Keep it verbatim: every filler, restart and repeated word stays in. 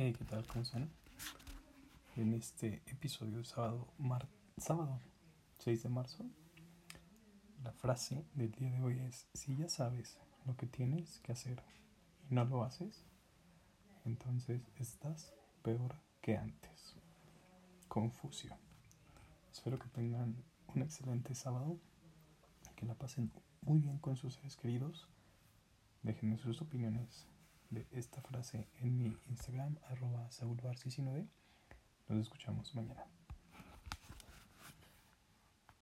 Hey, ¿qué tal? ¿Cómo están? En este episodio de sábado, mar- sábado seis de marzo, la frase del día de hoy es: si ya sabes lo que tienes que hacer y no lo haces, entonces estás peor que antes. Confucio. Espero que tengan un excelente sábado, que la pasen muy bien con sus seres queridos. Déjenme sus opiniones de esta frase en mi Instagram, arroba saulbar diecinueve. Nos escuchamos mañana.